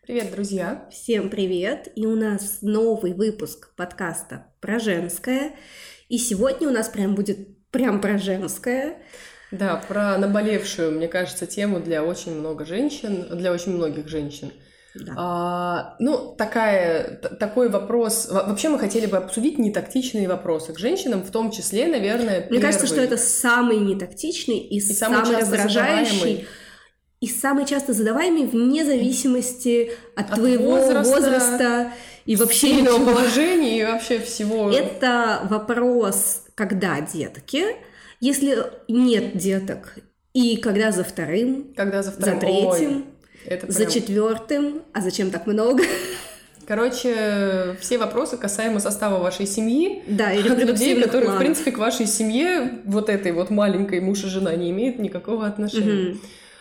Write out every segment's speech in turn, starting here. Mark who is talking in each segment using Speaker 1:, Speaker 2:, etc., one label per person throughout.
Speaker 1: Привет, друзья!
Speaker 2: Всем привет! И у нас новый выпуск подкаста про женское. И сегодня у нас будет про женское.
Speaker 1: Да, про наболевшую, мне кажется, тему для очень многих женщин.
Speaker 2: Да.
Speaker 1: Такой вопрос. Вообще мы хотели бы обсудить нетактичные вопросы к женщинам, в том числе, наверное,
Speaker 2: Мне кажется, что это самый нетактичный и самый раздражающий. И самый часто задаваемый вне зависимости от твоего возраста и вообще
Speaker 1: положения и вообще всего.
Speaker 2: Это вопрос, когда детки, если нет деток, и когда за вторым, за третьим, за четвертым, а зачем так много?
Speaker 1: Короче, все вопросы касаемо состава вашей семьи,
Speaker 2: да, и людей,
Speaker 1: которые, в принципе, к вашей семье, вот этой вот маленькой муж и жена, не имеют никакого отношения.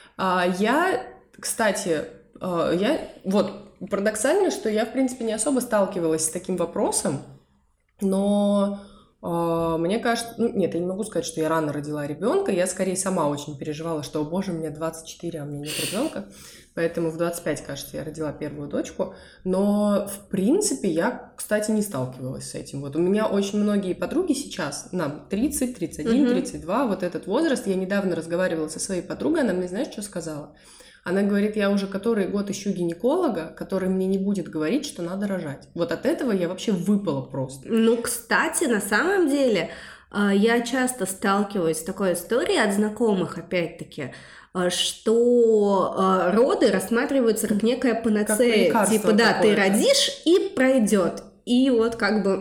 Speaker 1: Парадоксально, что я, в принципе, не особо сталкивалась с таким вопросом, но мне кажется... я не могу сказать, что я рано родила ребенка, я скорее сама очень переживала, что, о боже, мне 24, а у меня нет ребенка, поэтому в 25, кажется, я родила первую дочку, но, в принципе, я, кстати, не сталкивалась с этим. Вот у меня очень многие подруги сейчас, нам 30, 31, 32, вот этот возраст, я недавно разговаривала со своей подругой, она мне, знаешь, что сказала? Она говорит, я уже который год ищу гинеколога, который мне не будет говорить, что надо рожать. Вот от этого я вообще выпала просто.
Speaker 2: Кстати, на самом деле, я часто сталкиваюсь с такой историей от знакомых, опять-таки, что роды рассматриваются как некая панацея.
Speaker 1: Как
Speaker 2: ты родишь и пройдет. И вот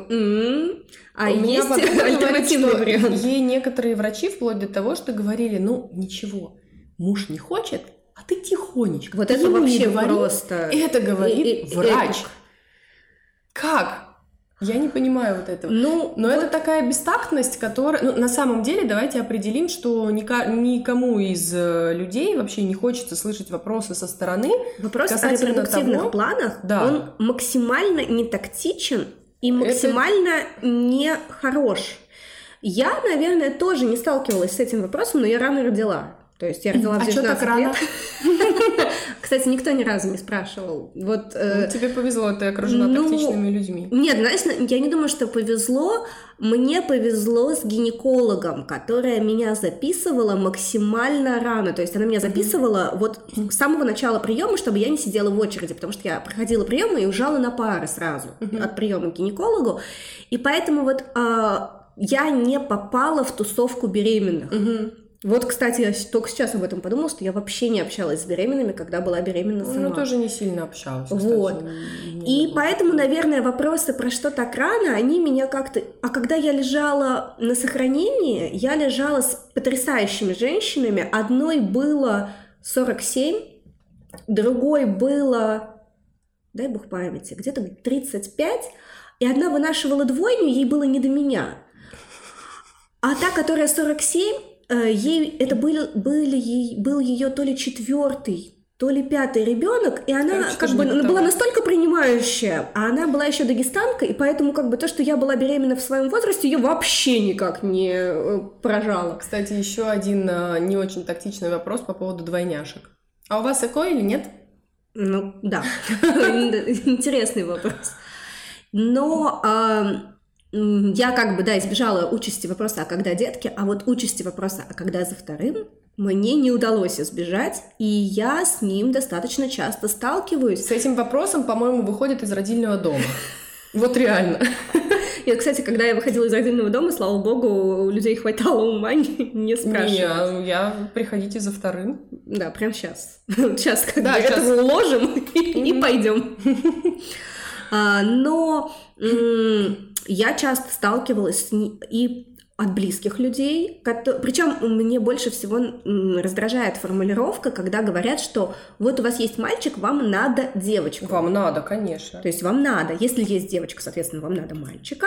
Speaker 2: есть альтернативный вариант.
Speaker 1: Ей некоторые врачи, вплоть до того, что говорили, ничего, муж не хочет, а ты тихонечко.
Speaker 2: Вот это вообще просто...
Speaker 1: Это говорит врач. Как? Я не понимаю вот этого. Но это такая бестактность, которая... на самом деле, давайте определим, что никому из людей вообще не хочется слышать вопросы со стороны.
Speaker 2: Вопрос о репродуктивных планах, он максимально нетактичен и максимально нехорош. Я, наверное, тоже не сталкивалась с этим вопросом, но я рано родила. То есть я родила в 19 лет. Кстати, никто ни разу не спрашивал.
Speaker 1: Тебе повезло, ты окружена тактичными людьми.
Speaker 2: Нет, знаешь, я не думаю, что повезло. Мне повезло с гинекологом, которая меня записывала максимально рано. То есть она меня записывала с самого начала приема, чтобы я не сидела в очереди, потому что я проходила приемы и уезжала на пары сразу от приема к гинекологу. И поэтому я не попала в тусовку беременных. Кстати, я только сейчас об этом подумала, что я вообще не общалась с беременными, когда была беременна сама.
Speaker 1: Тоже не сильно общалась.
Speaker 2: И поэтому, наверное, вопросы про что так рано, они меня как-то... А когда я лежала на сохранении, я лежала с потрясающими женщинами. Одной было 47, другой было, дай бог памяти, где-то 35, и одна вынашивала двойню, ей было не до меня. А та, которая 47... был ее то ли 4-й, то ли 5-й ребенок, и она была настолько принимающая, а она была еще дагестанка, и поэтому то, что я была беременна в своем возрасте, ее вообще никак не поражало.
Speaker 1: Кстати, еще один не очень тактичный вопрос по поводу двойняшек. А у вас ЭКО или нет?
Speaker 2: Да, интересный вопрос. Но... я избежала участи вопроса, а когда детки, а вот участи вопроса, а когда за вторым, мне не удалось избежать, и я с ним достаточно часто сталкиваюсь.
Speaker 1: С этим вопросом, по-моему, выходит из родильного дома. Вот реально.
Speaker 2: И, кстати, когда я выходила из родильного дома, слава богу, у людей хватало ума не спрашивать.
Speaker 1: Приходите за вторым.
Speaker 2: Да, прямо сейчас. Сейчас это уложим и пойдем. Но... я часто сталкивалась и от близких людей, причем мне больше всего раздражает формулировка, когда говорят, что вот у вас есть мальчик, вам надо девочку.
Speaker 1: Вам надо, конечно.
Speaker 2: То есть вам надо, если есть девочка, соответственно, вам надо мальчика,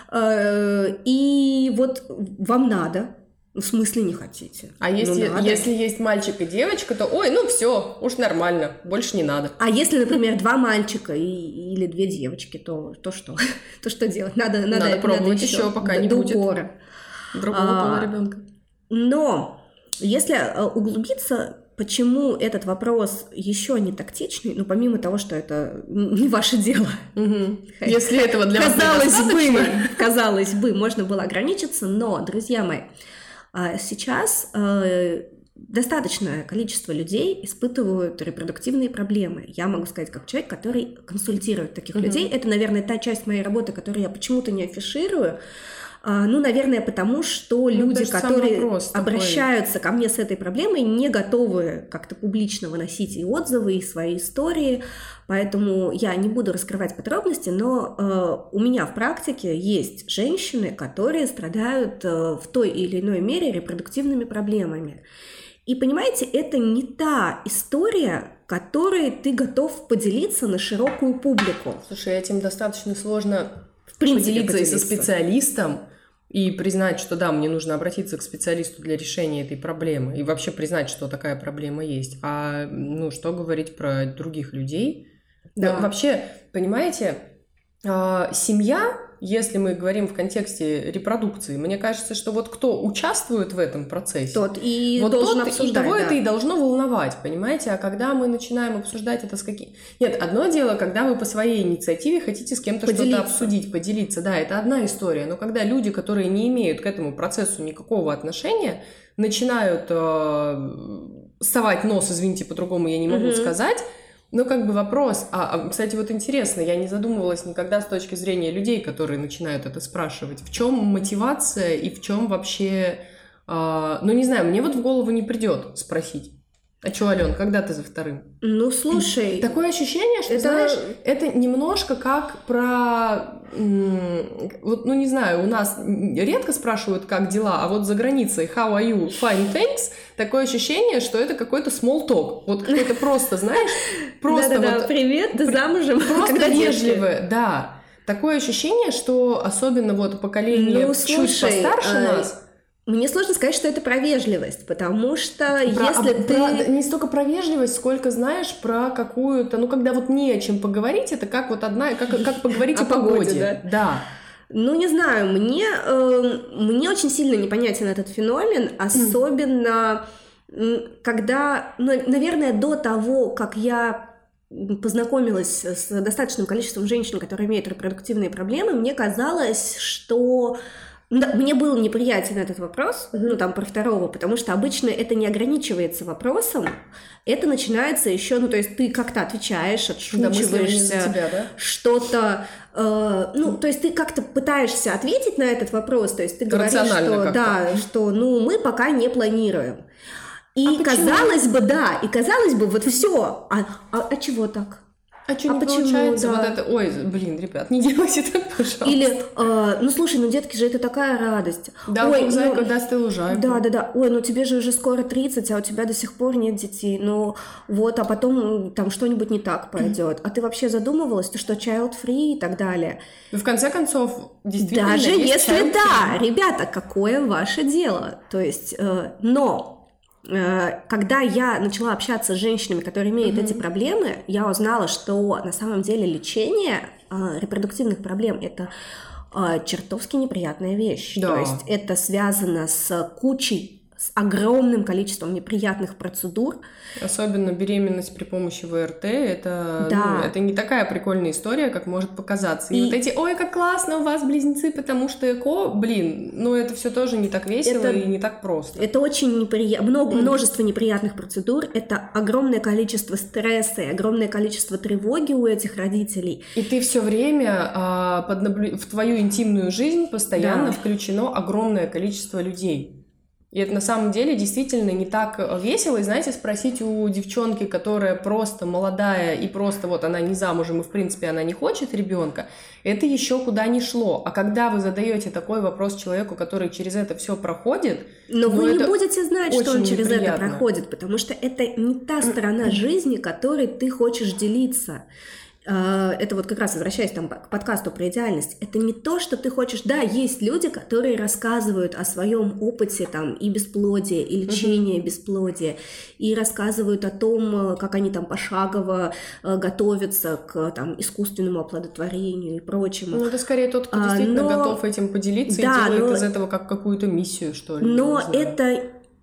Speaker 2: и вам надо. В смысле не хотите?
Speaker 1: А если есть мальчик и девочка, то все, уж нормально, больше не надо.
Speaker 2: А если, например, 2 мальчика или 2 девочки, то что? То что делать? Надо
Speaker 1: пробовать еще, пока не будет
Speaker 2: упора.
Speaker 1: Другого пола ребенка.
Speaker 2: Но если углубиться, почему этот вопрос еще не тактичный, ну, помимо того, что это не ваше дело.
Speaker 1: Если этого для вас недостаточно.
Speaker 2: Казалось бы, можно было ограничиться, но, друзья мои, сейчас достаточное количество людей испытывают репродуктивные проблемы. Я могу сказать, как человек, который консультирует таких людей. Это, наверное, та часть моей работы, которую я почему-то не афиширую. Ну, наверное, потому что люди, которые обращаются ко мне с этой проблемой, не готовы как-то публично выносить и отзывы, и свои истории, поэтому я не буду раскрывать подробности, но у меня в практике есть женщины, которые страдают в той или иной мере репродуктивными проблемами. И, понимаете, это не та история, которой ты готов поделиться на широкую публику.
Speaker 1: Слушай, этим достаточно сложно поделиться и со специалистом, и признать, что да, мне нужно обратиться к специалисту для решения этой проблемы, и вообще признать, что такая проблема есть. А что говорить про других людей? Да. Вообще, понимаете, семья, если мы говорим в контексте репродукции, мне кажется, что вот кто участвует в этом процессе,
Speaker 2: тот и вот должен обсуждать.
Speaker 1: И того это и должно волновать, понимаете? А когда мы начинаем обсуждать это с каким... Нет, одно дело, когда вы по своей инициативе хотите с кем-то что-то обсудить, поделиться, да, это одна история. Но когда люди, которые не имеют к этому процессу никакого отношения, начинают совать нос, извините, по-другому я не могу сказать. Ну, как бы вопрос, кстати, вот интересно, я не задумывалась никогда с точки зрения людей, которые начинают это спрашивать, в чем мотивация и в чем вообще, не знаю, мне вот в голову не придет спросить. А что, Алён, когда ты за вторым?
Speaker 2: Ну, слушай...
Speaker 1: Такое ощущение, что, знаешь, это немножко как про... Вот, не знаю, у нас редко спрашивают, как дела, а вот за границей how are you? Fine, thanks. Такое ощущение, что это какой-то small talk. Вот какой-то просто, знаешь, просто
Speaker 2: вот... привет, ты замужем?
Speaker 1: Просто вежливое, да. Такое ощущение, что особенно вот поколение чуть постарше нас...
Speaker 2: Мне сложно сказать, что это про вежливость, потому что если ты...
Speaker 1: Не столько про вежливость, сколько, знаешь, про какую-то... когда вот не о чем поговорить, это как вот как поговорить о погоде. Да.
Speaker 2: Ну, не знаю, мне очень сильно непонятен этот феномен, особенно когда, наверное, до того, как я познакомилась с достаточным количеством женщин, которые имеют репродуктивные проблемы, мне казалось, что... Мне был неприятен этот вопрос, про второго, потому что обычно это не ограничивается вопросом, это начинается еще, то есть ты как-то отвечаешь, отшучиваешься, что-то, то есть ты как-то пытаешься ответить на этот вопрос, то есть ты говоришь, что мы пока не планируем. И казалось бы, вот все, а чего так?
Speaker 1: А что не получается? Вот это, ой, блин, ребят, не делайте так, пожалуйста.
Speaker 2: Или, слушай, детки же, это такая радость.
Speaker 1: Да, ой, зайка даст и лужайку.
Speaker 2: Да, ой, тебе же уже скоро 30, а у тебя до сих пор нет детей, а потом там что-нибудь не так пойдет. А ты вообще задумывалась, ты что, child-free и так далее?
Speaker 1: И в конце концов, действительно,
Speaker 2: даже если да, ребята, какое ваше дело? То есть, но... Когда я начала общаться с женщинами, которые имеют эти проблемы, я узнала, что на самом деле лечение репродуктивных проблем – это чертовски неприятная вещь. Да. То есть это связано с огромным количеством неприятных процедур.
Speaker 1: Особенно беременность при помощи ВРТ, это не такая прикольная история, как может показаться. И вот эти, ой, как классно, у вас близнецы, потому что ЭКО, это все тоже не так весело и не так просто.
Speaker 2: Это очень множество неприятных процедур, это огромное количество стресса и огромное количество тревоги у этих родителей.
Speaker 1: И ты все время в твою интимную жизнь постоянно включено огромное количество людей. И это на самом деле действительно не так весело. И знаете, спросить у девчонки, которая просто молодая и просто вот она не замужем и в принципе она не хочет ребенка, это еще куда ни шло. А когда вы задаете такой вопрос человеку, который через это все проходит,
Speaker 2: но вы не будете знать, что он через это проходит, потому что это не та сторона жизни, которой ты хочешь делиться. Это вот как раз возвращаясь к подкасту про идеальность, это не то, что ты хочешь. Да, есть люди, которые рассказывают о своем опыте и бесплодия, и лечения бесплодия, и рассказывают о том, как они пошагово готовятся к искусственному оплодотворению и прочему.
Speaker 1: Это скорее тот, кто действительно готов этим поделиться и делает из этого как какую-то миссию, что ли.
Speaker 2: Но это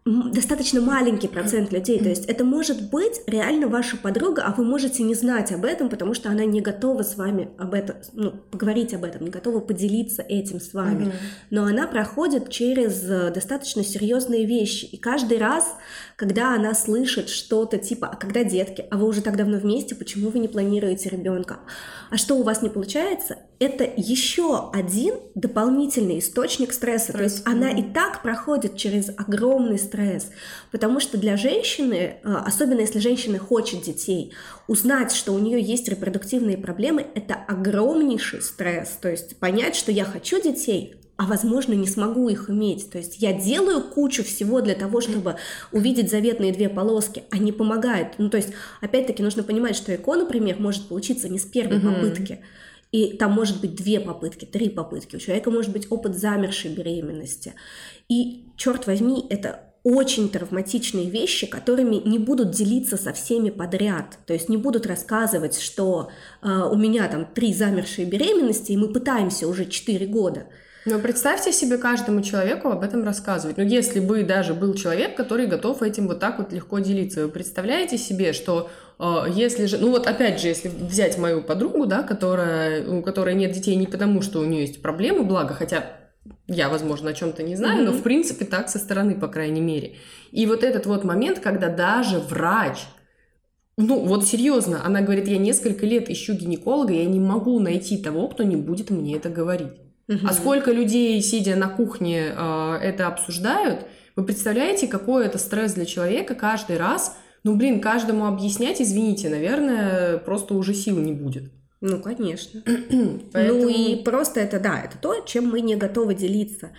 Speaker 2: достаточно маленький процент людей, то есть это может быть реально ваша подруга, а вы можете не знать об этом, потому что она не готова с вами об этом, поговорить об этом, не готова поделиться этим с вами, но она проходит через достаточно серьезные вещи, и каждый раз, когда она слышит что-то типа, а когда детки, а вы уже так давно вместе, почему вы не планируете ребенка, а что у вас не получается, это еще один дополнительный источник стресса, то есть она и так проходит через огромный стресс, потому что для женщины, особенно если женщина хочет детей, узнать, что у нее есть репродуктивные проблемы, это огромнейший стресс, то есть понять, что я хочу детей, а возможно не смогу их иметь, то есть я делаю кучу всего для того, чтобы увидеть заветные 2 полоски, а не помогает, то есть опять-таки нужно понимать, что ЭКО, например, может получиться не с первой попытки, и там может быть 2 попытки, 3 попытки, у человека может быть опыт замершей беременности. И, черт возьми, это очень травматичные вещи, которыми не будут делиться со всеми подряд. То есть не будут рассказывать, что у меня там 3 замершие беременности, и мы пытаемся уже 4 года.
Speaker 1: Но представьте себе каждому человеку об этом рассказывать. Ну, если бы даже был человек, который готов этим вот так вот легко делиться. Вы представляете себе, что если же... Ну, вот опять же, если взять мою подругу, да, у которой нет детей не потому, что у нее есть проблемы, благо, хотя я, возможно, о чем-то не знаю, но, в принципе, так со стороны, по крайней мере. И вот этот вот момент, когда даже врач... Ну, вот серьезно, она говорит, я несколько лет ищу гинеколога, я не могу найти того, кто не будет мне это говорить. А сколько людей, сидя на кухне, это обсуждают, вы представляете, какой это стресс для человека каждый раз? Ну, блин, каждому объяснять, извините, наверное, просто уже сил не будет.
Speaker 2: Ну, конечно.
Speaker 1: Поэтому...
Speaker 2: Ну, и просто это, да, это то, чем мы не готовы делиться.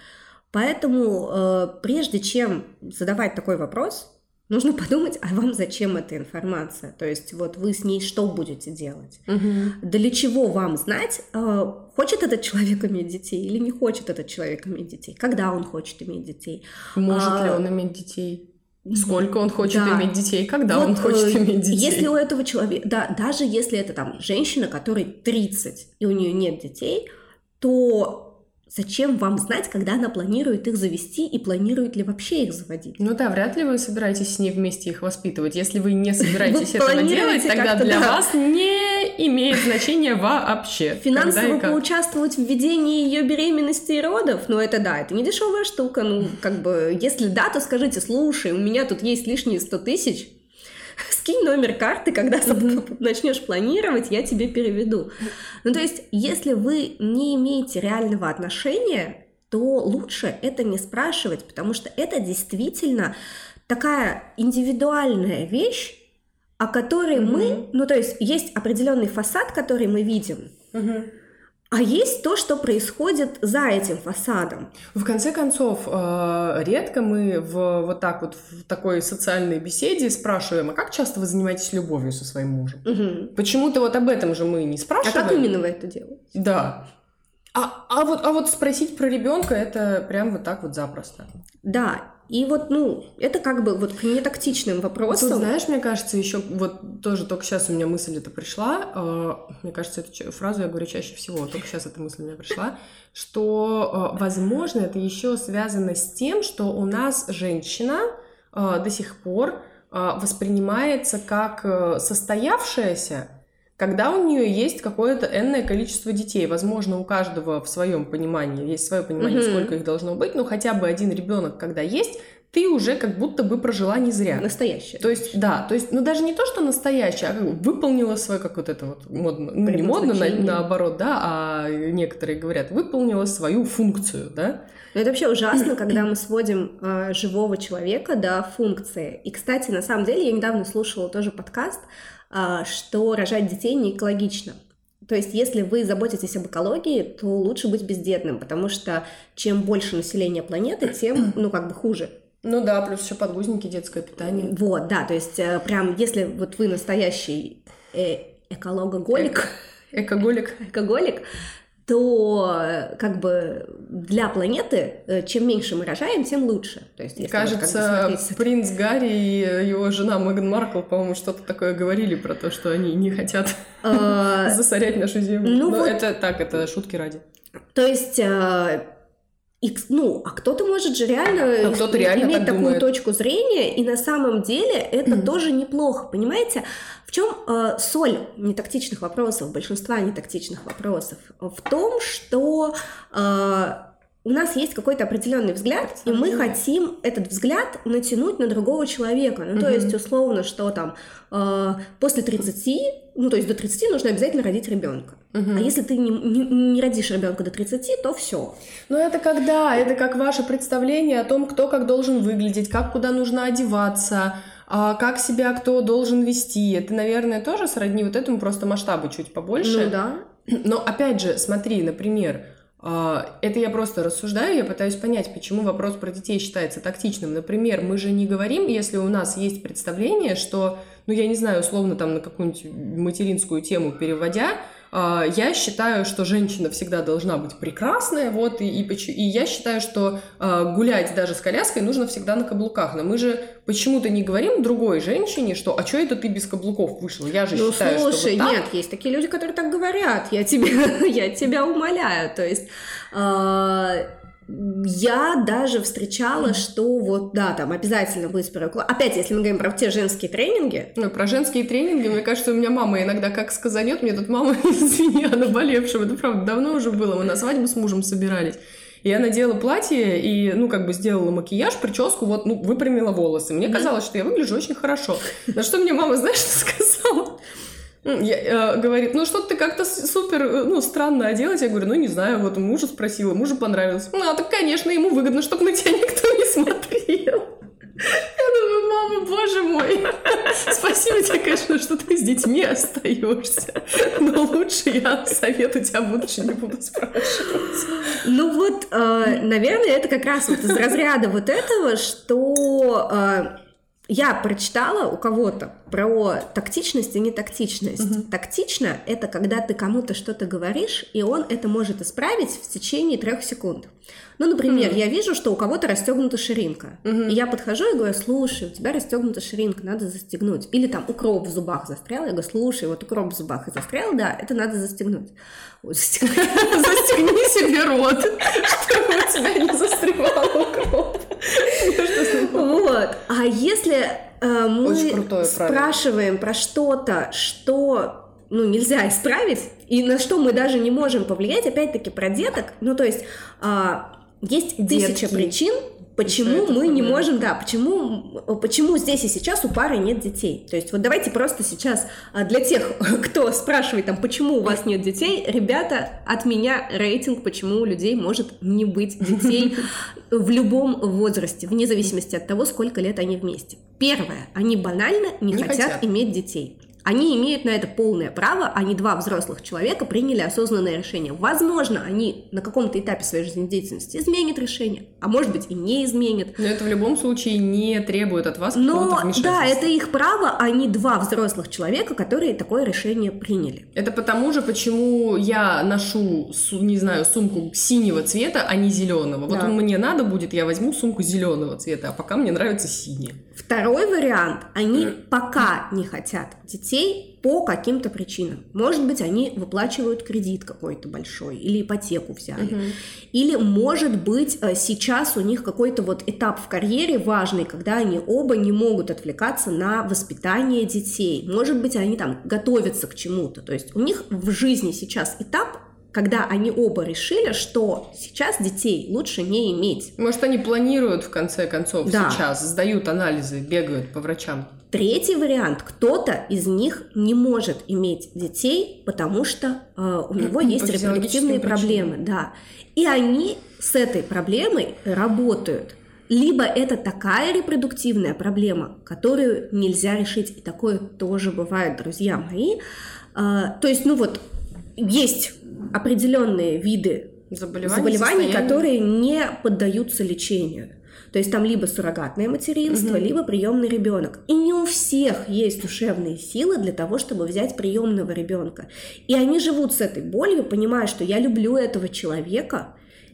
Speaker 2: Поэтому, прежде чем задавать такой вопрос, нужно подумать, а вам зачем эта информация? То есть вот вы с ней что будете делать? Для чего вам знать, хочет этот человек иметь детей или не хочет этот человек иметь детей? Когда он хочет иметь детей?
Speaker 1: Может ли он иметь детей? Сколько он хочет иметь детей? Когда он хочет иметь детей?
Speaker 2: Если у этого человека, да, даже если это там женщина, которой 30 и у нее нет детей, то... Зачем вам знать, когда она планирует их завести и планирует ли вообще их заводить?
Speaker 1: Ну да, вряд ли вы собираетесь с ней вместе их воспитывать. Если вы не собираетесь этого делать, тогда для вас не имеет значения вообще.
Speaker 2: Финансово поучаствовать в ведении ее беременности и родов? Ну это да, это не дешевая штука. Ну как бы, если да, то скажите, слушай, у меня тут есть лишние 100 тысяч, скинь номер карты, когда начнешь планировать, я тебе переведу. Ну, то есть, если вы не имеете реального отношения, то лучше это не спрашивать, потому что это действительно такая индивидуальная вещь, о которой мы... Ну, то есть, есть определенный фасад, который мы видим, а есть то, что происходит за этим фасадом.
Speaker 1: В конце концов, редко мы вот так вот в такой социальной беседе спрашиваем, а как часто вы занимаетесь любовью со своим мужем? Почему-то вот об этом же мы не спрашиваем.
Speaker 2: А как именно вы это делаете?
Speaker 1: Да. А вот спросить про ребенка это прям вот так вот запросто.
Speaker 2: Да. И вот, ну, это как бы вот к нетактичным вопросам.
Speaker 1: Тут, знаешь, мне кажется, еще вот тоже только сейчас у меня мысль эта пришла, мне кажется, эту фразу я говорю чаще всего, только сейчас эта мысль у меня пришла, что, возможно, это еще связано с тем, что у нас женщина до сих пор воспринимается как состоявшаяся, когда у нее есть какое-то энное количество детей. Возможно, у каждого в своем понимании есть свое понимание, сколько их должно быть, но хотя бы один ребенок, когда есть, ты уже как будто бы прожила не зря.
Speaker 2: Настоящая.
Speaker 1: То есть, да, то есть, ну даже не то, что настоящая, а выполнила свое, как вот это вот модно, ну не модно, наоборот, да, а некоторые говорят, выполнила свою функцию, да.
Speaker 2: Но это вообще ужасно, когда мы сводим живого человека до функции. И, кстати, на самом деле, я недавно слушала тоже подкаст, что рожать детей не экологично. То есть, если вы заботитесь об экологии, то лучше быть бездетным, потому что чем больше населения планеты, тем, ну, как бы хуже.
Speaker 1: Ну да, плюс еще подгузники, детское питание.
Speaker 2: Вот, да, то есть, прям, если вот вы настоящий экологоголик, то как бы для планеты чем меньше мы рожаем, тем лучше. То есть, если
Speaker 1: кажется, вот, как бы принц Гарри и его жена Меган Маркл, по-моему, что-то такое говорили про то, что они не хотят засорять нашу землю. Но это так, это шутки ради.
Speaker 2: То есть а кто-то может же реально,
Speaker 1: кто-то реально
Speaker 2: иметь
Speaker 1: так
Speaker 2: такую
Speaker 1: думает.
Speaker 2: точку зрения, и на самом деле это тоже неплохо, понимаете? В чем соль нетактичных вопросов, большинства нетактичных вопросов? В том, что у нас есть какой-то определенный взгляд, и мы хотим этот взгляд натянуть на другого человека. Ну, то есть, условно, что там после 30, то есть до 30 нужно обязательно родить ребенка. А если ты не родишь ребенка до 30, то все.
Speaker 1: Ну, это когда? Это как ваше представление о том, кто как должен выглядеть, как куда нужно одеваться, как себя кто должен вести. Это, наверное, тоже сродни вот этому, просто масштабы чуть побольше.
Speaker 2: Ну, да.
Speaker 1: Но, опять же, смотри, например, это я просто рассуждаю, я пытаюсь понять, почему вопрос про детей считается тактичным. Например, мы же не говорим, если у нас есть представление, что, я не знаю, условно там на какую-нибудь материнскую тему переводя, я считаю, что женщина всегда должна быть прекрасная, вот, и я считаю, что гулять даже с коляской нужно всегда на каблуках. Но мы же почему-то не говорим другой женщине, что «а что это ты без каблуков вышла?» Я же считаю,
Speaker 2: слушай,
Speaker 1: что вот так...
Speaker 2: нет, есть такие люди, которые так говорят, я тебя умоляю, то есть... Я даже встречала, что вот, да, там обязательно быть опять, если мы говорим про те женские тренинги.
Speaker 1: Про женские тренинги, мне кажется, у меня мама иногда как сказанет, мне тут мама, извини, о наболевшем, это правда давно уже было, мы на свадьбу с мужем собирались. Я надела платье и, сделала макияж, прическу, выпрямила волосы. Мне казалось, что я выгляжу очень хорошо. На что мне мама, знаешь, что сказала? Говорит, что ты как-то супер, странно оделась. Я говорю, не знаю, вот мужа спросила, мужу понравилось. Так, конечно, ему выгодно, чтобы на тебя никто не смотрел. Я думаю, мама, боже мой, спасибо тебе, конечно, что ты с детьми остаешься, но лучше я совет у тебя в будущем не буду спрашивать.
Speaker 2: Наверное, это как раз вот из разряда вот этого, что... Я прочитала у кого-то про тактичность и нетактичность. Тактично – это когда ты кому-то что-то говоришь, и он это может исправить в течение 3 секунд. Например, я вижу, что у кого-то расстегнута ширинка. И я подхожу и говорю, слушай, у тебя расстегнута ширинка, надо застегнуть. Или там укроп в зубах застрял, я говорю, слушай, вот укроп в зубах и застрял, да, это надо застегнуть.
Speaker 1: Застегни себе рот, чтобы у тебя не застревал укроп.
Speaker 2: Вот. А если мы спрашиваем про что-то, что нельзя исправить, и на что мы даже не можем повлиять, опять-таки про деток, то есть есть 1000 причин, почему мы не можем, почему здесь и сейчас у пары нет детей. То есть вот давайте просто сейчас для тех, кто спрашивает, почему у вас нет детей, ребята, от меня рейтинг, почему у людей может не быть детей в любом возрасте, вне зависимости от того, сколько лет они вместе. Первое, они банально не хотят иметь детей. Они имеют на это полное право, они 2 взрослых человека приняли осознанное решение. Возможно, они на каком-то этапе своей жизнедеятельности изменят решение, а может быть и не изменят.
Speaker 1: Но это в любом случае не требует от вас какого-то вмешательства.
Speaker 2: Да, это их право, они 2 взрослых человека, которые такое решение приняли.
Speaker 1: Это потому же, почему я ношу, не знаю, сумку синего цвета, а не зеленого. Вот мне надо будет, я возьму сумку зеленого цвета, а пока мне нравится синий.
Speaker 2: Второй вариант, они пока не хотят детей по каким-то причинам. Может быть, они выплачивают кредит какой-то большой, или ипотеку взяли. Или, может быть, сейчас у них какой-то вот этап в карьере важный, когда они оба не могут отвлекаться на воспитание детей. Может быть, они там готовятся к чему-то. То есть у них в жизни сейчас этап, когда они оба решили, что сейчас детей лучше не иметь.
Speaker 1: Может, они планируют, в конце концов, сейчас, сдают анализы, бегают по врачам.
Speaker 2: Третий вариант. Кто-то из них не может иметь детей, потому что у него есть репродуктивные проблемы. Да. И они с этой проблемой работают. Либо это такая репродуктивная проблема, которую нельзя решить. И такое тоже бывает, друзья мои. То есть, есть определенные виды заболеваний, которые не поддаются лечению. То есть там либо суррогатное материнство, либо приемный ребенок. И не у всех есть душевные силы для того, чтобы взять приемного ребенка. И они живут с этой болью, понимая, что я люблю этого человека,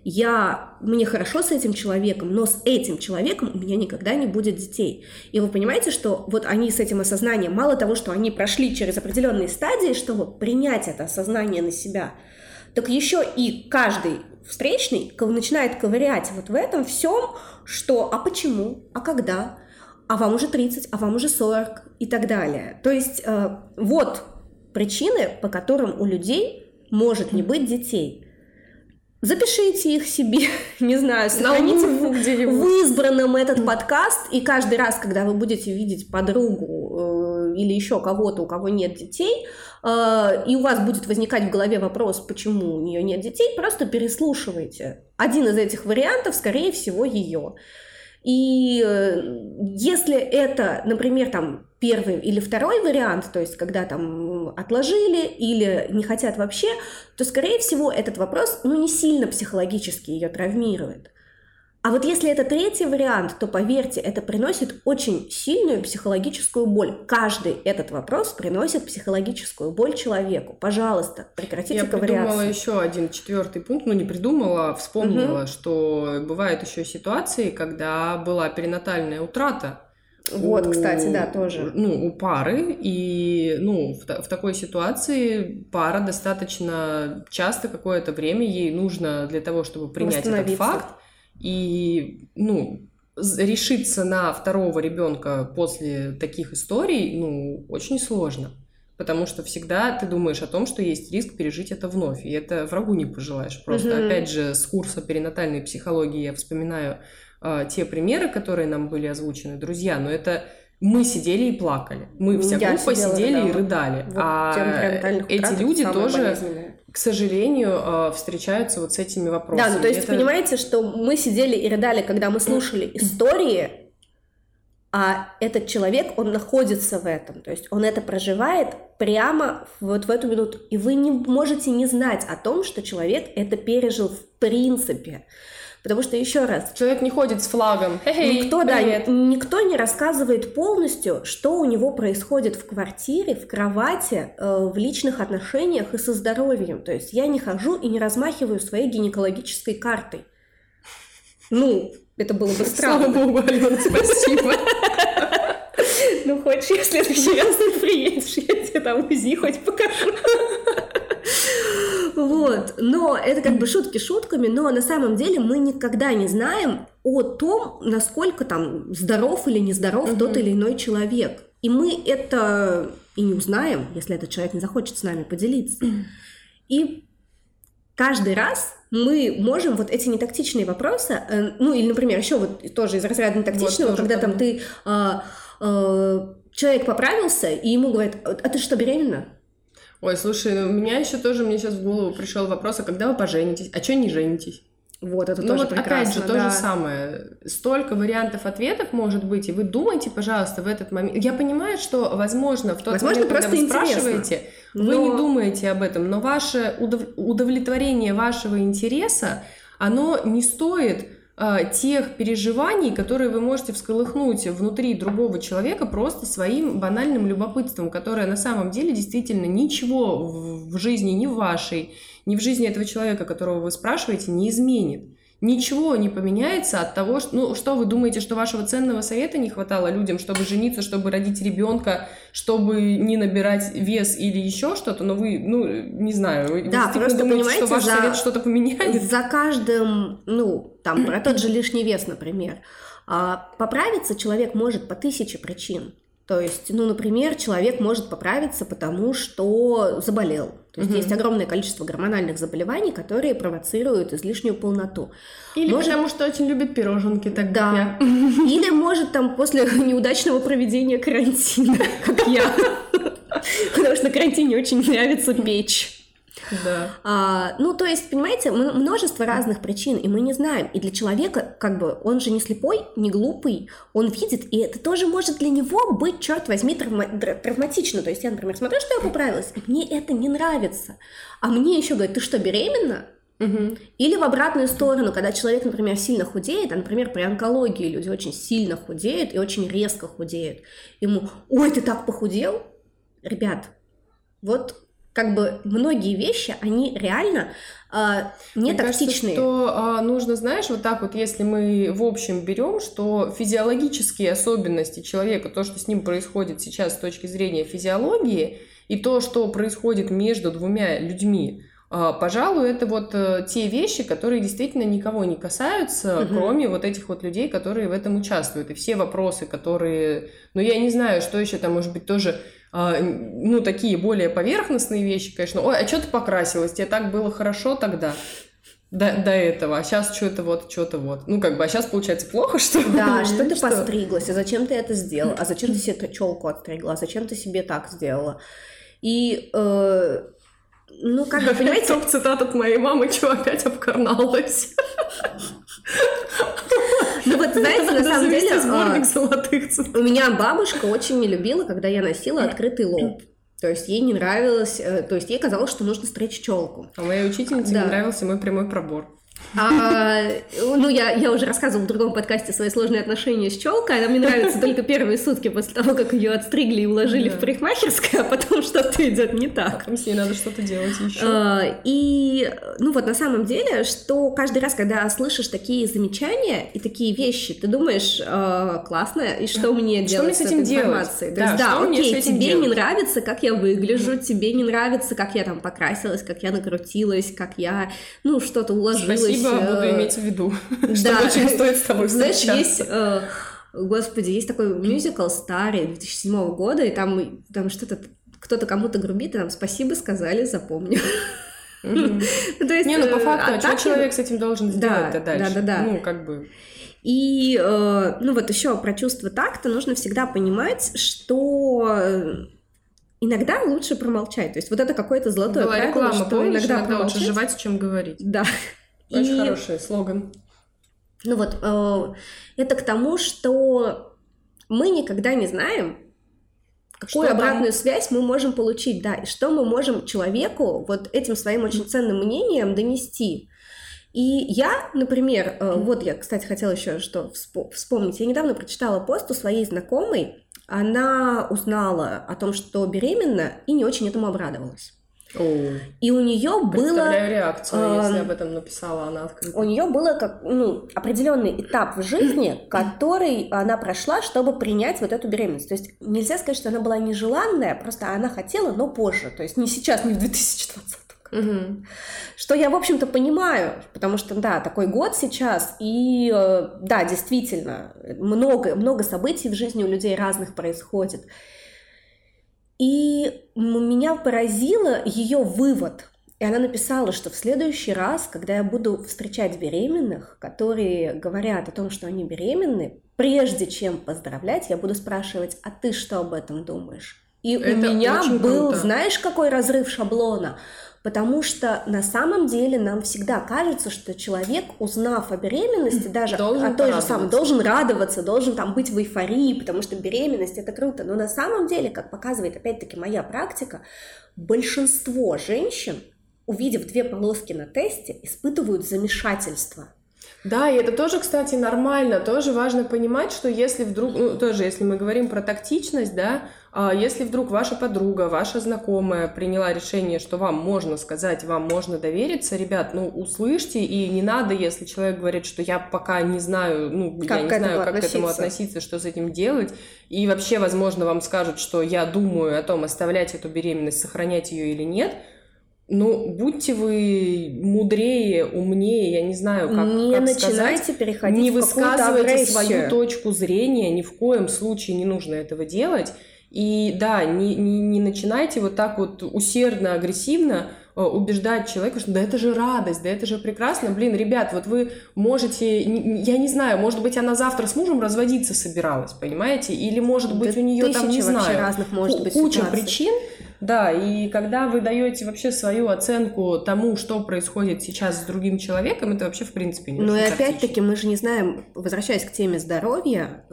Speaker 2: мне хорошо с этим человеком, но с этим человеком у меня никогда не будет детей. И вы понимаете, что вот они с этим осознанием, мало того, что они прошли через определенные стадии, чтобы принять это осознание на себя, так еще и каждый встречный начинает ковырять вот в этом всем, что а почему, а когда, а вам уже 30, а вам уже 40 и так далее. То есть вот причины, по которым у людей может не быть детей. Запишите их себе, не знаю, сохраните в избранном этот подкаст, и каждый раз, когда вы будете видеть подругу или еще кого-то, у кого нет детей, и у вас будет возникать в голове вопрос, почему у нее нет детей, просто переслушивайте. Один из этих вариантов, скорее всего, ее. И если это, например, там первый или второй вариант, то есть когда там отложили или не хотят вообще, то, скорее всего, этот вопрос, не сильно психологически ее травмирует. А вот если это третий вариант, то, поверьте, это приносит очень сильную психологическую боль. Каждый этот вопрос приносит психологическую боль человеку. Пожалуйста, прекратите ковыряться.
Speaker 1: Я придумала еще один четвертый пункт, не придумала, вспомнила, что бывают еще ситуации, когда была перинатальная утрата.
Speaker 2: Вот, кстати, да, тоже.
Speaker 1: У пары, и, в такой ситуации пара достаточно часто какое-то время ей нужно для того, чтобы принять этот факт, и, решиться на второго ребенка после таких историй, очень сложно. Потому что всегда ты думаешь о том, что есть риск пережить это вновь. И это врагу не пожелаешь. Просто, опять же, с курса перинатальной психологии я вспоминаю те примеры, которые нам были озвучены. Друзья, но это мы сидели и плакали. Мы вся группа сидели и рыдали. Вот эти люди тоже, к сожалению, встречаются вот с этими вопросами.
Speaker 2: Да, то есть понимаете, что мы сидели и рыдали, когда мы слушали истории, а этот человек, он находится в этом, то есть он это проживает прямо вот в эту минуту, и вы не можете не знать о том, что человек это пережил в принципе. Потому что, еще раз...
Speaker 1: Человек не ходит с флагом.
Speaker 2: Никто не рассказывает полностью, что у него происходит в квартире, в кровати, в личных отношениях и со здоровьем. То есть я не хожу и не размахиваю своей гинекологической картой. Это было бы странно.
Speaker 1: Слава богу, Алена, спасибо.
Speaker 2: Хочешь, в следующий раз ты приедешь, я тебе там УЗИ хоть покажу. Вот, но это как бы шутки шутками, но на самом деле мы никогда не знаем о том, насколько там здоров или нездоров тот или иной человек. И мы это и не узнаем, если этот человек не захочет с нами поделиться. И каждый раз мы можем вот эти нетактичные вопросы, или, например, еще вот тоже из разряда нетактичного, вот когда там ты, человек поправился, и ему говорят, а ты что, беременна?
Speaker 1: Ой, слушай, у меня еще тоже, мне сейчас в голову пришел вопрос, а когда вы поженитесь? А что не женитесь?
Speaker 2: Вот, это тоже прекрасно.
Speaker 1: Опять же, то же самое. Столько вариантов ответов может быть, и вы думайте, пожалуйста, в этот момент. Я понимаю, что, возможно, в тот момент, когда вы спрашиваете, вы не думаете об этом, но ваше удовлетворение вашего интереса, оно не стоит тех переживаний, которые вы можете всколыхнуть внутри другого человека просто своим банальным любопытством, которое на самом деле действительно ничего в жизни, ни в вашей, ни в жизни этого человека, которого вы спрашиваете, не изменит. Ничего не поменяется от того, что... что вы думаете, что вашего ценного совета не хватало людям, чтобы жениться, чтобы родить ребенка, чтобы не набирать вес или еще что-то, но вы, не знаю, вы
Speaker 2: просто
Speaker 1: думаете, что ваш совет что-то поменяет?
Speaker 2: За каждым, про тот же лишний вес, например, поправиться человек может по 1000 причин. То есть, например, человек может поправиться, потому что заболел. То есть есть огромное количество гормональных заболеваний, которые провоцируют излишнюю полноту.
Speaker 1: Или потому что очень любит пироженки, так как я.
Speaker 2: Или может там после неудачного проведения карантина, как я. Потому что на карантине очень нравится печь.
Speaker 1: Да.
Speaker 2: То есть, понимаете, множество разных причин, и мы не знаем. И для человека, он же не слепой, не глупый, он видит, и это тоже может для него быть, черт возьми, травматично. То есть я, например, смотрю, что я поправилась, и мне это не нравится. А мне еще говорят, ты что, беременна? Или в обратную сторону, когда человек, например, сильно худеет, а, например, при онкологии люди очень сильно худеют и очень резко худеют. Ему, ой, ты так похудел? Ребят, вот... многие вещи, они реально не тактичные.
Speaker 1: Мне кажется, что нужно, знаешь, вот так вот, если мы в общем берем, что физиологические особенности человека, то, что с ним происходит сейчас с точки зрения физиологии, и то, что происходит между двумя людьми, Пожалуй, это вот те вещи, которые действительно никого не касаются, кроме вот этих вот людей, которые в этом участвуют. И все вопросы, которые... Ну, я не знаю, что еще там, может быть, тоже... Ну, такие более поверхностные вещи, конечно. Ой, а что ты покрасилась? Тебе так было хорошо тогда? До этого, а сейчас что-то вот. Ну, как бы, а сейчас получается плохо, что ли?
Speaker 2: Да, что ты постриглась, а зачем ты это сделала? А зачем ты себе челку отстригла? А зачем ты себе так сделала? И, ну, как бы, понимаете...
Speaker 1: Топ-цитат от моей мамы, что опять обкарналась.
Speaker 2: Ну вот, знаете, на самом деле...
Speaker 1: Сборник золотых цитат.
Speaker 2: У меня бабушка очень не любила, когда я носила открытый лоб. То есть ей не нравилось, то есть ей казалось, что нужно стричь челку.
Speaker 1: А моей учительнице не нравился мой прямой пробор.
Speaker 2: Ну, я уже рассказывала в другом подкасте свои сложные отношения с челкой. Она мне нравится только первые сутки после того, как ее отстригли и уложили в парикмахерскую, а потом что-то идет не так.
Speaker 1: Потом с ней надо что-то делать еще.
Speaker 2: И, ну вот на самом деле, что каждый раз, когда слышишь такие замечания и такие вещи, ты думаешь, классно, и что мне делать с этой информацией? То есть, да, окей, тебе не нравится, как я выгляжу, тебе не нравится, как я там покрасилась, как я накрутилась, как я, ну, что-то уложилась.
Speaker 1: Спасибо, буду иметь в виду, что очень стоит с тобой встречаться.
Speaker 2: Знаешь, есть, господи, есть такой мюзикл старый, 2007 года, и там что-то, кто-то кому-то грубит, и нам спасибо сказали, запомню.
Speaker 1: Не, ну по факту, а что человек с этим должен сделать-то дальше?
Speaker 2: Да.
Speaker 1: Ну, как бы...
Speaker 2: И, ну вот еще про чувство такта нужно всегда понимать, что... Иногда лучше промолчать. То есть вот это какое-то золотое правило, что
Speaker 1: помнишь,
Speaker 2: иногда промолчать...
Speaker 1: лучше жевать, чем говорить.
Speaker 2: Да.
Speaker 1: Очень хороший слоган.
Speaker 2: Ну вот, это к тому, что мы никогда не знаем, какую обратную связь мы можем получить, да, и что мы можем человеку вот этим своим очень ценным мнением донести. И я, например, вот я, кстати, хотела еще что вспомнить. Я недавно прочитала пост у своей знакомой. Она узнала о том, что беременна, и не очень этому обрадовалась. И у нее было...
Speaker 1: Представляю реакцию, если об этом написала она открыто.
Speaker 2: У нее было определенный этап в жизни, который она прошла, чтобы принять вот эту беременность. То есть нельзя сказать, что она была нежеланная, просто она хотела, но позже. То есть не сейчас, не в 2020 году. Что я, в общем-то, понимаю, потому что, да, такой год сейчас, и, да, действительно, много событий в жизни у людей разных происходит. И меня поразило ее вывод. И она написала, что в следующий раз, когда я буду встречать беременных, которые говорят о том, что они беременны, прежде чем поздравлять, я буду спрашивать, а ты что об этом думаешь? И это у меня был, знаешь, какой разрыв шаблона? Потому что на самом деле нам всегда кажется, что человек, узнав о беременности, даже о той же самой, должен радоваться, должен там быть в эйфории, потому что беременность — это круто. Но на самом деле, как показывает опять-таки моя практика, большинство женщин, увидев 2 полоски на тесте, испытывают замешательство.
Speaker 1: Да, и это тоже, кстати, нормально. Тоже важно понимать, что если вдруг, ну, тоже, если мы говорим про тактичность, да, если вдруг ваша подруга, ваша знакомая приняла решение, что вам можно сказать, вам можно довериться, ребят, ну, услышьте, и не надо, если человек говорит, что я пока не знаю, ну, я не знаю, как к этому относиться, что с этим делать, и вообще, возможно, вам скажут, что я думаю о том, оставлять эту беременность, сохранять ее или нет. Ну, будьте вы мудрее, умнее, я не знаю, как сказать. Не высказывайте свою точку зрения, ни в коем случае не нужно этого делать. И да, не начинайте вот так вот усердно, агрессивно убеждать человека, что да это же радость, да это же прекрасно. Блин, ребят, вот вы можете, я не знаю, может быть, она завтра с мужем разводиться собиралась, понимаете? Или, может быть, у нее там, не знаю, разных, может быть, куча причин. Да, и когда вы даете вообще свою оценку тому, что происходит сейчас с другим человеком, это вообще в принципе не очень
Speaker 2: тактично. Ну и опять-таки мы же не знаем, возвращаясь к теме здоровья,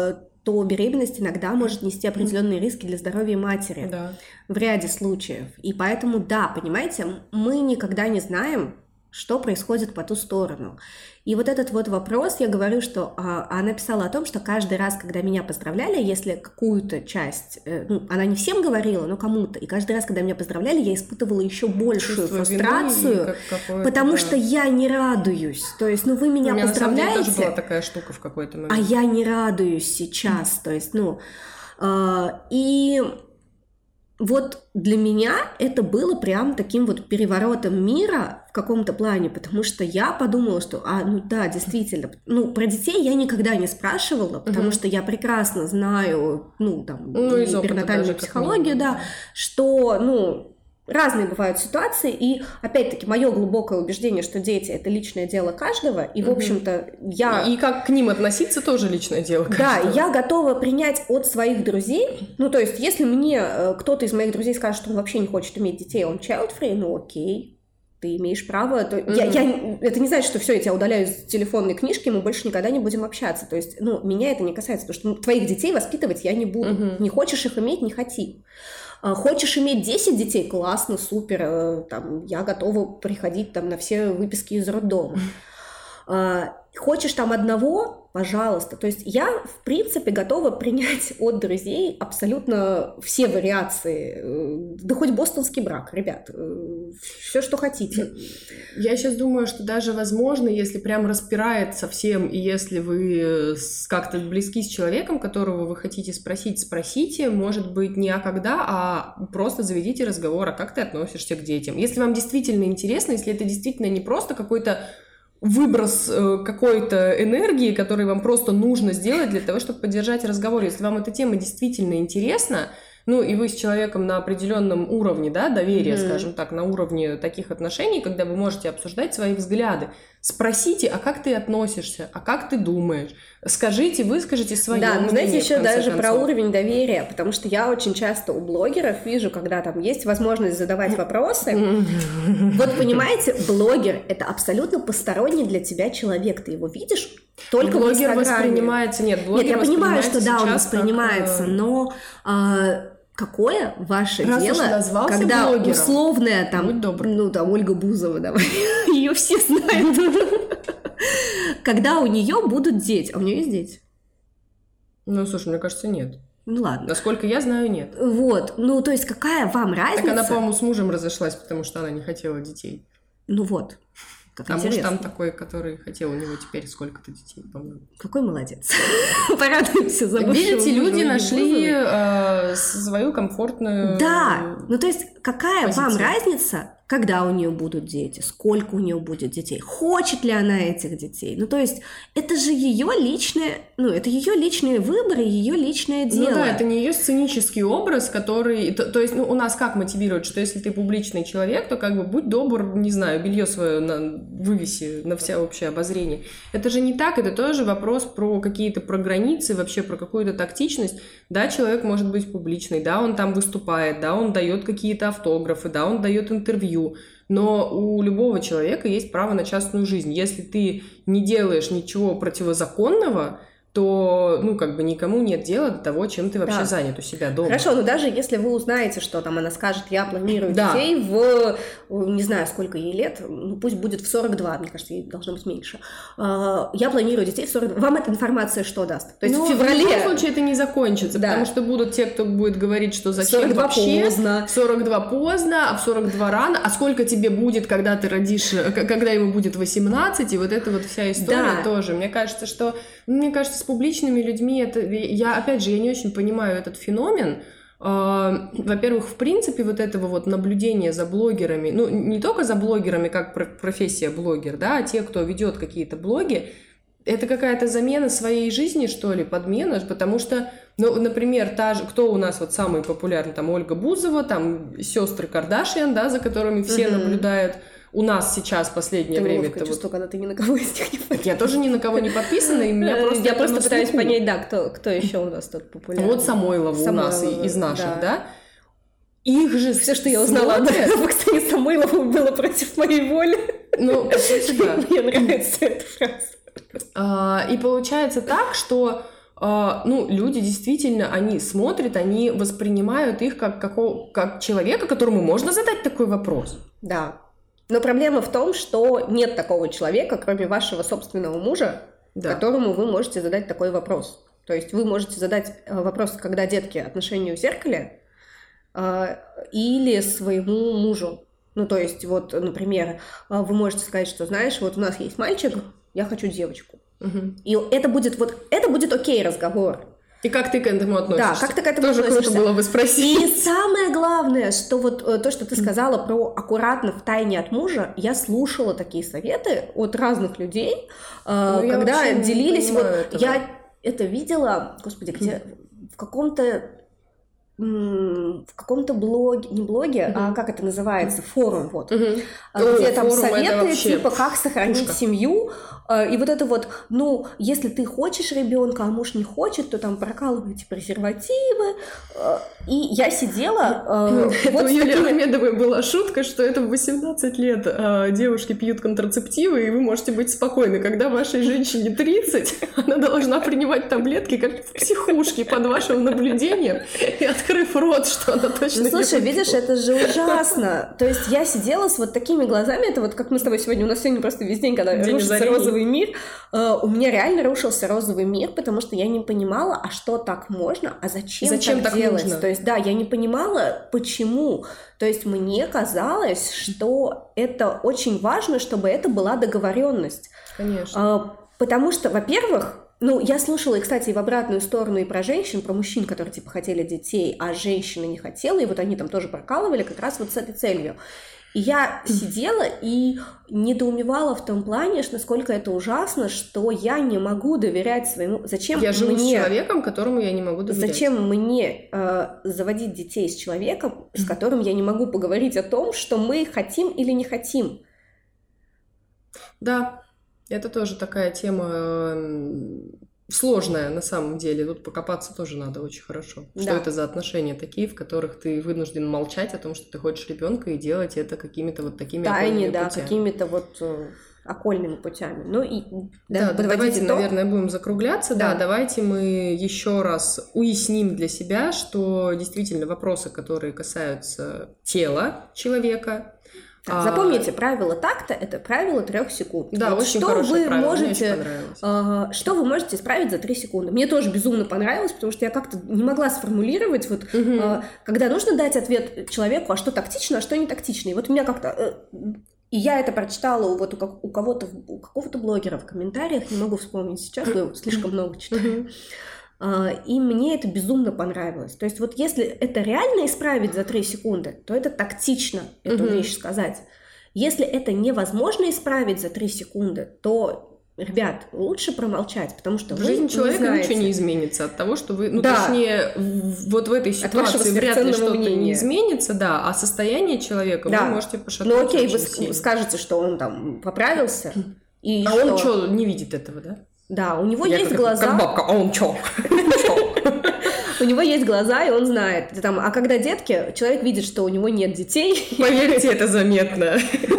Speaker 2: то беременность иногда может нести определенные риски для здоровья матери в ряде случаев. И поэтому, да, понимаете, мы никогда не знаем, что происходит по ту сторону. И вот этот вот вопрос, я говорю, что она писала о том, что каждый раз, когда меня поздравляли, если какую-то часть, она не всем говорила, но кому-то, и каждый раз, когда меня поздравляли, я испытывала еще большую фрустрацию, потому что я не радуюсь. То есть, вы меня поздравляете. У меня на самом деле
Speaker 1: тоже была такая штука в какой-то момент.
Speaker 2: А я не радуюсь сейчас. То есть, и Вот для меня это было прям таким вот переворотом мира в каком-то плане, потому что я подумала, что, ну да, действительно, про детей я никогда не спрашивала, потому что я прекрасно знаю, перинатальную психологию, да, что, разные бывают ситуации, и, опять-таки, мое глубокое убеждение, что дети — это личное дело каждого, и, в общем-то,
Speaker 1: И как к ним относиться тоже личное дело каждого.
Speaker 2: Да, я готова принять от своих друзей, то есть, если мне кто-то из моих друзей скажет, что он вообще не хочет иметь детей, он child-free, окей, ты имеешь право. Это не значит, что все, я тебя удаляю из телефонной книжки, мы больше никогда не будем общаться. То есть, меня это не касается, потому что твоих детей воспитывать я не буду. Не хочешь их иметь — не хоти. Хочешь иметь 10 детей? Классно, супер, я готова приходить на все выписки из роддома. Хочешь одного? Пожалуйста. То есть я, в принципе, готова принять от друзей абсолютно все вариации. Да хоть бостонский брак, ребят. Все, что хотите.
Speaker 1: Я сейчас думаю, что даже возможно, если прям распирает совсем, и если вы как-то близки с человеком, которого вы хотите спросить, спросите, может быть, не когда, а просто заведите разговор, а как ты относишься к детям. Если вам действительно интересно, если это действительно не просто какой-то выброс какой-то энергии, который вам просто нужно сделать для того, чтобы поддержать разговор. Если вам эта тема действительно интересна, и вы с человеком на определенном уровне, да, доверия, скажем так, на уровне таких отношений, когда вы можете обсуждать свои взгляды, спросите, а как ты относишься, а как ты думаешь, выскажите свое мнение.
Speaker 2: Да, знаете, еще даже про уровень доверия, потому что я очень часто у блогеров вижу, когда есть возможность задавать вопросы. Вот понимаете, блогер — это абсолютно посторонний для тебя человек, ты его видишь только в Инстаграме.
Speaker 1: Блогер воспринимается, нет,
Speaker 2: я понимаю, что да, он воспринимается, но... Какое ваше дело, когда
Speaker 1: блогером,
Speaker 2: условная Ольга Бузова, давай, ее все знают, когда у нее будут дети, а у нее есть дети?
Speaker 1: Слушай, мне кажется, нет.
Speaker 2: Ладно.
Speaker 1: Насколько я знаю, нет.
Speaker 2: Вот, то есть какая вам разница?
Speaker 1: Так она, по-моему, с мужем разошлась, потому что она не хотела детей.
Speaker 2: Вот. Как
Speaker 1: а
Speaker 2: интересно.
Speaker 1: муж там такой, который хотел у него теперь сколько-то детей, по-моему.
Speaker 2: Какой молодец. Порадуемся за бывшего.
Speaker 1: Видите, люди нашли свою комфортную
Speaker 2: Да, то есть какая
Speaker 1: позицию.
Speaker 2: Вам разница, когда у нее будут дети, сколько у нее будет детей, хочет ли она этих детей? То есть это же ее личное, это ее личные выборы, ее личное дело.
Speaker 1: Да, это не ее сценический образ, который... То есть, у нас как мотивирует, что если ты публичный человек, то будь добр, не знаю, белье свое вывеси на всеобщее обозрение. Это же не так, это тоже вопрос про какие-то границы, вообще про какую-то тактичность. Да, человек может быть публичный, да, он там выступает, да, он дает какие-то автографы, да, он дает интервью, но у любого человека есть право на частную жизнь. Если ты не делаешь ничего противозаконного, то, никому нет дела до того, чем ты вообще занят у себя дома.
Speaker 2: Хорошо, но даже если вы узнаете, что она скажет, я планирую детей в, не знаю, сколько ей лет, пусть будет в 42, мне кажется, ей должно быть меньше. Я планирую детей в 42. Вам эта информация что даст? То есть в феврале...
Speaker 1: В любом случае это не закончится, потому что будут те, кто будет говорить, что зачем
Speaker 2: 42
Speaker 1: вообще.
Speaker 2: Поздно.
Speaker 1: 42 поздно, а в 42 рано. А сколько тебе будет, когда ты родишь, когда ему будет 18, и вот эта вот вся история тоже. Мне кажется, с публичными людьми я не очень понимаю этот феномен. Во-первых, в принципе, вот этого вот наблюдения за блогерами, не только за блогерами, как профессия блогер, да, а те, кто ведет какие-то блоги, это какая-то замена своей жизни, что ли, подмена, потому что, например, кто у нас самый популярный, Ольга Бузова, сестры Кардашьян, да, за которыми все наблюдают. У нас сейчас в последнее время...
Speaker 2: Неловкое чувство, когда ты ни на кого из них не подписана.
Speaker 1: Я тоже ни на кого не подписана, и меня просто...
Speaker 2: Я просто пытаюсь понять, да, кто еще у нас тут популярный.
Speaker 1: Вот Самойлова у нас из наших, да? Их же
Speaker 2: все, что я узнала об Оксане Самойловой, было против моей воли.
Speaker 1: По сути, да.
Speaker 2: Мне нравится эта фраза.
Speaker 1: И получается так, что... люди действительно, они смотрят, они воспринимают их как человека, которому можно задать такой вопрос.
Speaker 2: Да. Но проблема в том, что нет такого человека, кроме вашего собственного мужа, которому вы можете задать такой вопрос. То есть вы можете задать вопрос, когда детки, отношения в зеркале, или своему мужу. То есть, например, вы можете сказать, что, знаешь, у нас есть мальчик, я хочу девочку. И это будет окей разговор.
Speaker 1: И как ты к этому относишься?
Speaker 2: Да, как ты к этому
Speaker 1: тоже
Speaker 2: относишься?
Speaker 1: Тоже было бы спросить.
Speaker 2: И самое главное, что вот то, что ты сказала про аккуратно втайне от мужа, я слушала такие советы от разных людей, когда делились. Вот я это видела, господи, где в каком-то блоге, не блоге, а как это называется, форум, вот, где там советы, типа, как сохранить семью, и вот это вот, ну, если ты хочешь ребенка, а муж не хочет, то там прокалывайте презервативы, и я сидела...
Speaker 1: Это у Юлии Ахмедовой была шутка, что это в 18 лет девушки пьют контрацептивы, и вы можете быть спокойны, когда вашей женщине 30, она должна принимать таблетки, как в психушке, под вашим наблюдением, и открыв рот, что она точно не
Speaker 2: слушай, видишь, это же ужасно. То есть я сидела с вот такими глазами, это вот как мы с тобой сегодня, у нас сегодня просто весь день, когда рушится розовый мир, у меня реально рушился розовый мир, потому что я не понимала, а что так можно, а зачем так делать?
Speaker 1: Нужно?
Speaker 2: То есть, да, я не понимала, почему. То есть мне казалось, что это очень важно, чтобы это была договоренность.
Speaker 1: Конечно.
Speaker 2: Потому что, во-первых, ну, я слушала, и, кстати, и в обратную сторону и про женщин, про мужчин, которые, типа, хотели детей, а женщина не хотела, и вот они там тоже прокалывали как раз вот с этой целью. И я сидела и недоумевала в том плане, что насколько это ужасно, что я не могу доверять своему... Зачем
Speaker 1: я живу с человеком, которому я не могу доверять.
Speaker 2: Зачем мне заводить детей с человеком, с которым я не могу поговорить о том, что мы хотим или не хотим?
Speaker 1: Да, это тоже такая тема сложная на самом деле. Тут покопаться тоже надо очень хорошо. Да. Что это за отношения такие, в которых ты вынужден молчать о том, что ты хочешь ребенка, и делать это какими-то вот такими окольными путями.
Speaker 2: Да, какими-то вот окольными путями. Ну и
Speaker 1: давайте, наверное, будем закругляться. Да, давайте мы еще раз уясним для себя, что действительно вопросы, которые касаются тела человека.
Speaker 2: Так, запомните, правило такта — это правило 3 секунд.
Speaker 1: Да, вот очень хорошее правило, мне очень
Speaker 2: понравилось. Что вы можете исправить за 3 секунды? Мне тоже безумно понравилось, потому что я как-то не могла сформулировать, вот, когда нужно дать ответ человеку, а что тактично, а что не тактично. И вот у меня как-то... И я это прочитала вот у какого-то блогера в комментариях, не могу вспомнить сейчас, я слишком много читаю. И мне это безумно понравилось. То есть вот если это реально исправить за 3 секунды, то это тактично эту вещь сказать. Если это невозможно исправить за 3 секунды, то, ребят, лучше промолчать, потому что
Speaker 1: в жизни человека ничего не изменится от того, что вы... Ну, да. Точнее, вот в этой ситуации вряд ли что-то не изменится, да, а состояние человека вы можете пошатнуть.
Speaker 2: Ну окей, вы скажете, что он там поправился, и
Speaker 1: он что, не видит этого, да?
Speaker 2: Да, у него есть глаза.
Speaker 1: Как бабка, а он чё?
Speaker 2: У него есть глаза, и он знает. А когда детки, человек видит, что у него нет детей.
Speaker 1: Поверьте, это заметно.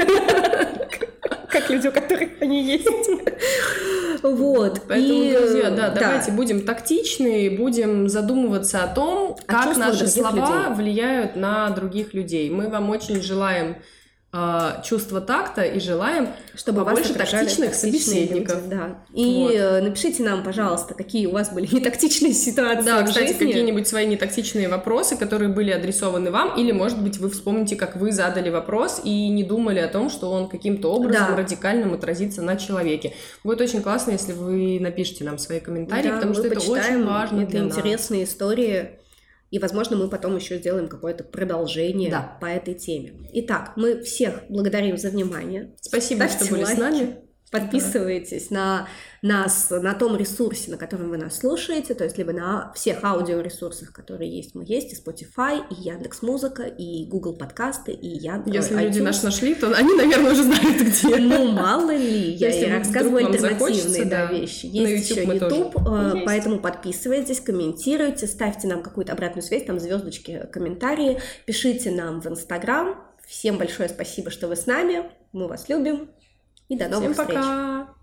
Speaker 2: Как люди, у которых они есть. Вот.
Speaker 1: Поэтому, друзья, давайте будем тактичны, будем задумываться о том, как наши слова влияют на других людей. Мы вам очень желаем чувство такта и желаем, чтобы больше тактичных собеседников.
Speaker 2: Люди, да. И напишите нам, пожалуйста, какие у вас были нетактичные ситуации.
Speaker 1: Да, кстати, какие-нибудь свои нетактичные вопросы, которые были адресованы вам, или, может быть, вы вспомните, как вы задали вопрос и не думали о том, что он каким-то образом радикальным отразится на человеке. Будет очень классно, если вы напишите нам свои комментарии, потому что это очень важно для нас.
Speaker 2: Это интересные истории. И, возможно, мы потом еще сделаем какое-то продолжение по этой теме. Итак, мы всех благодарим за внимание.
Speaker 1: Спасибо, что были с нами.
Speaker 2: Подписывайтесь на нас на том ресурсе, на котором вы нас слушаете, то есть либо на всех аудиоресурсах, которые есть. Мы есть и Spotify, и Яндекс.Музыка, и Google подкасты, и Яндекс.
Speaker 1: Если люди нас нашли, то они, наверное, уже знают, где.
Speaker 2: Ну, мало ли, я рассказываю альтернативные вещи. Есть еще YouTube, поэтому подписывайтесь, комментируйте, ставьте нам какую-то обратную связь, там звездочки, комментарии, пишите нам в Instagram. Всем большое спасибо, что вы с нами, мы вас любим. И до новых встреч.
Speaker 1: Всем пока!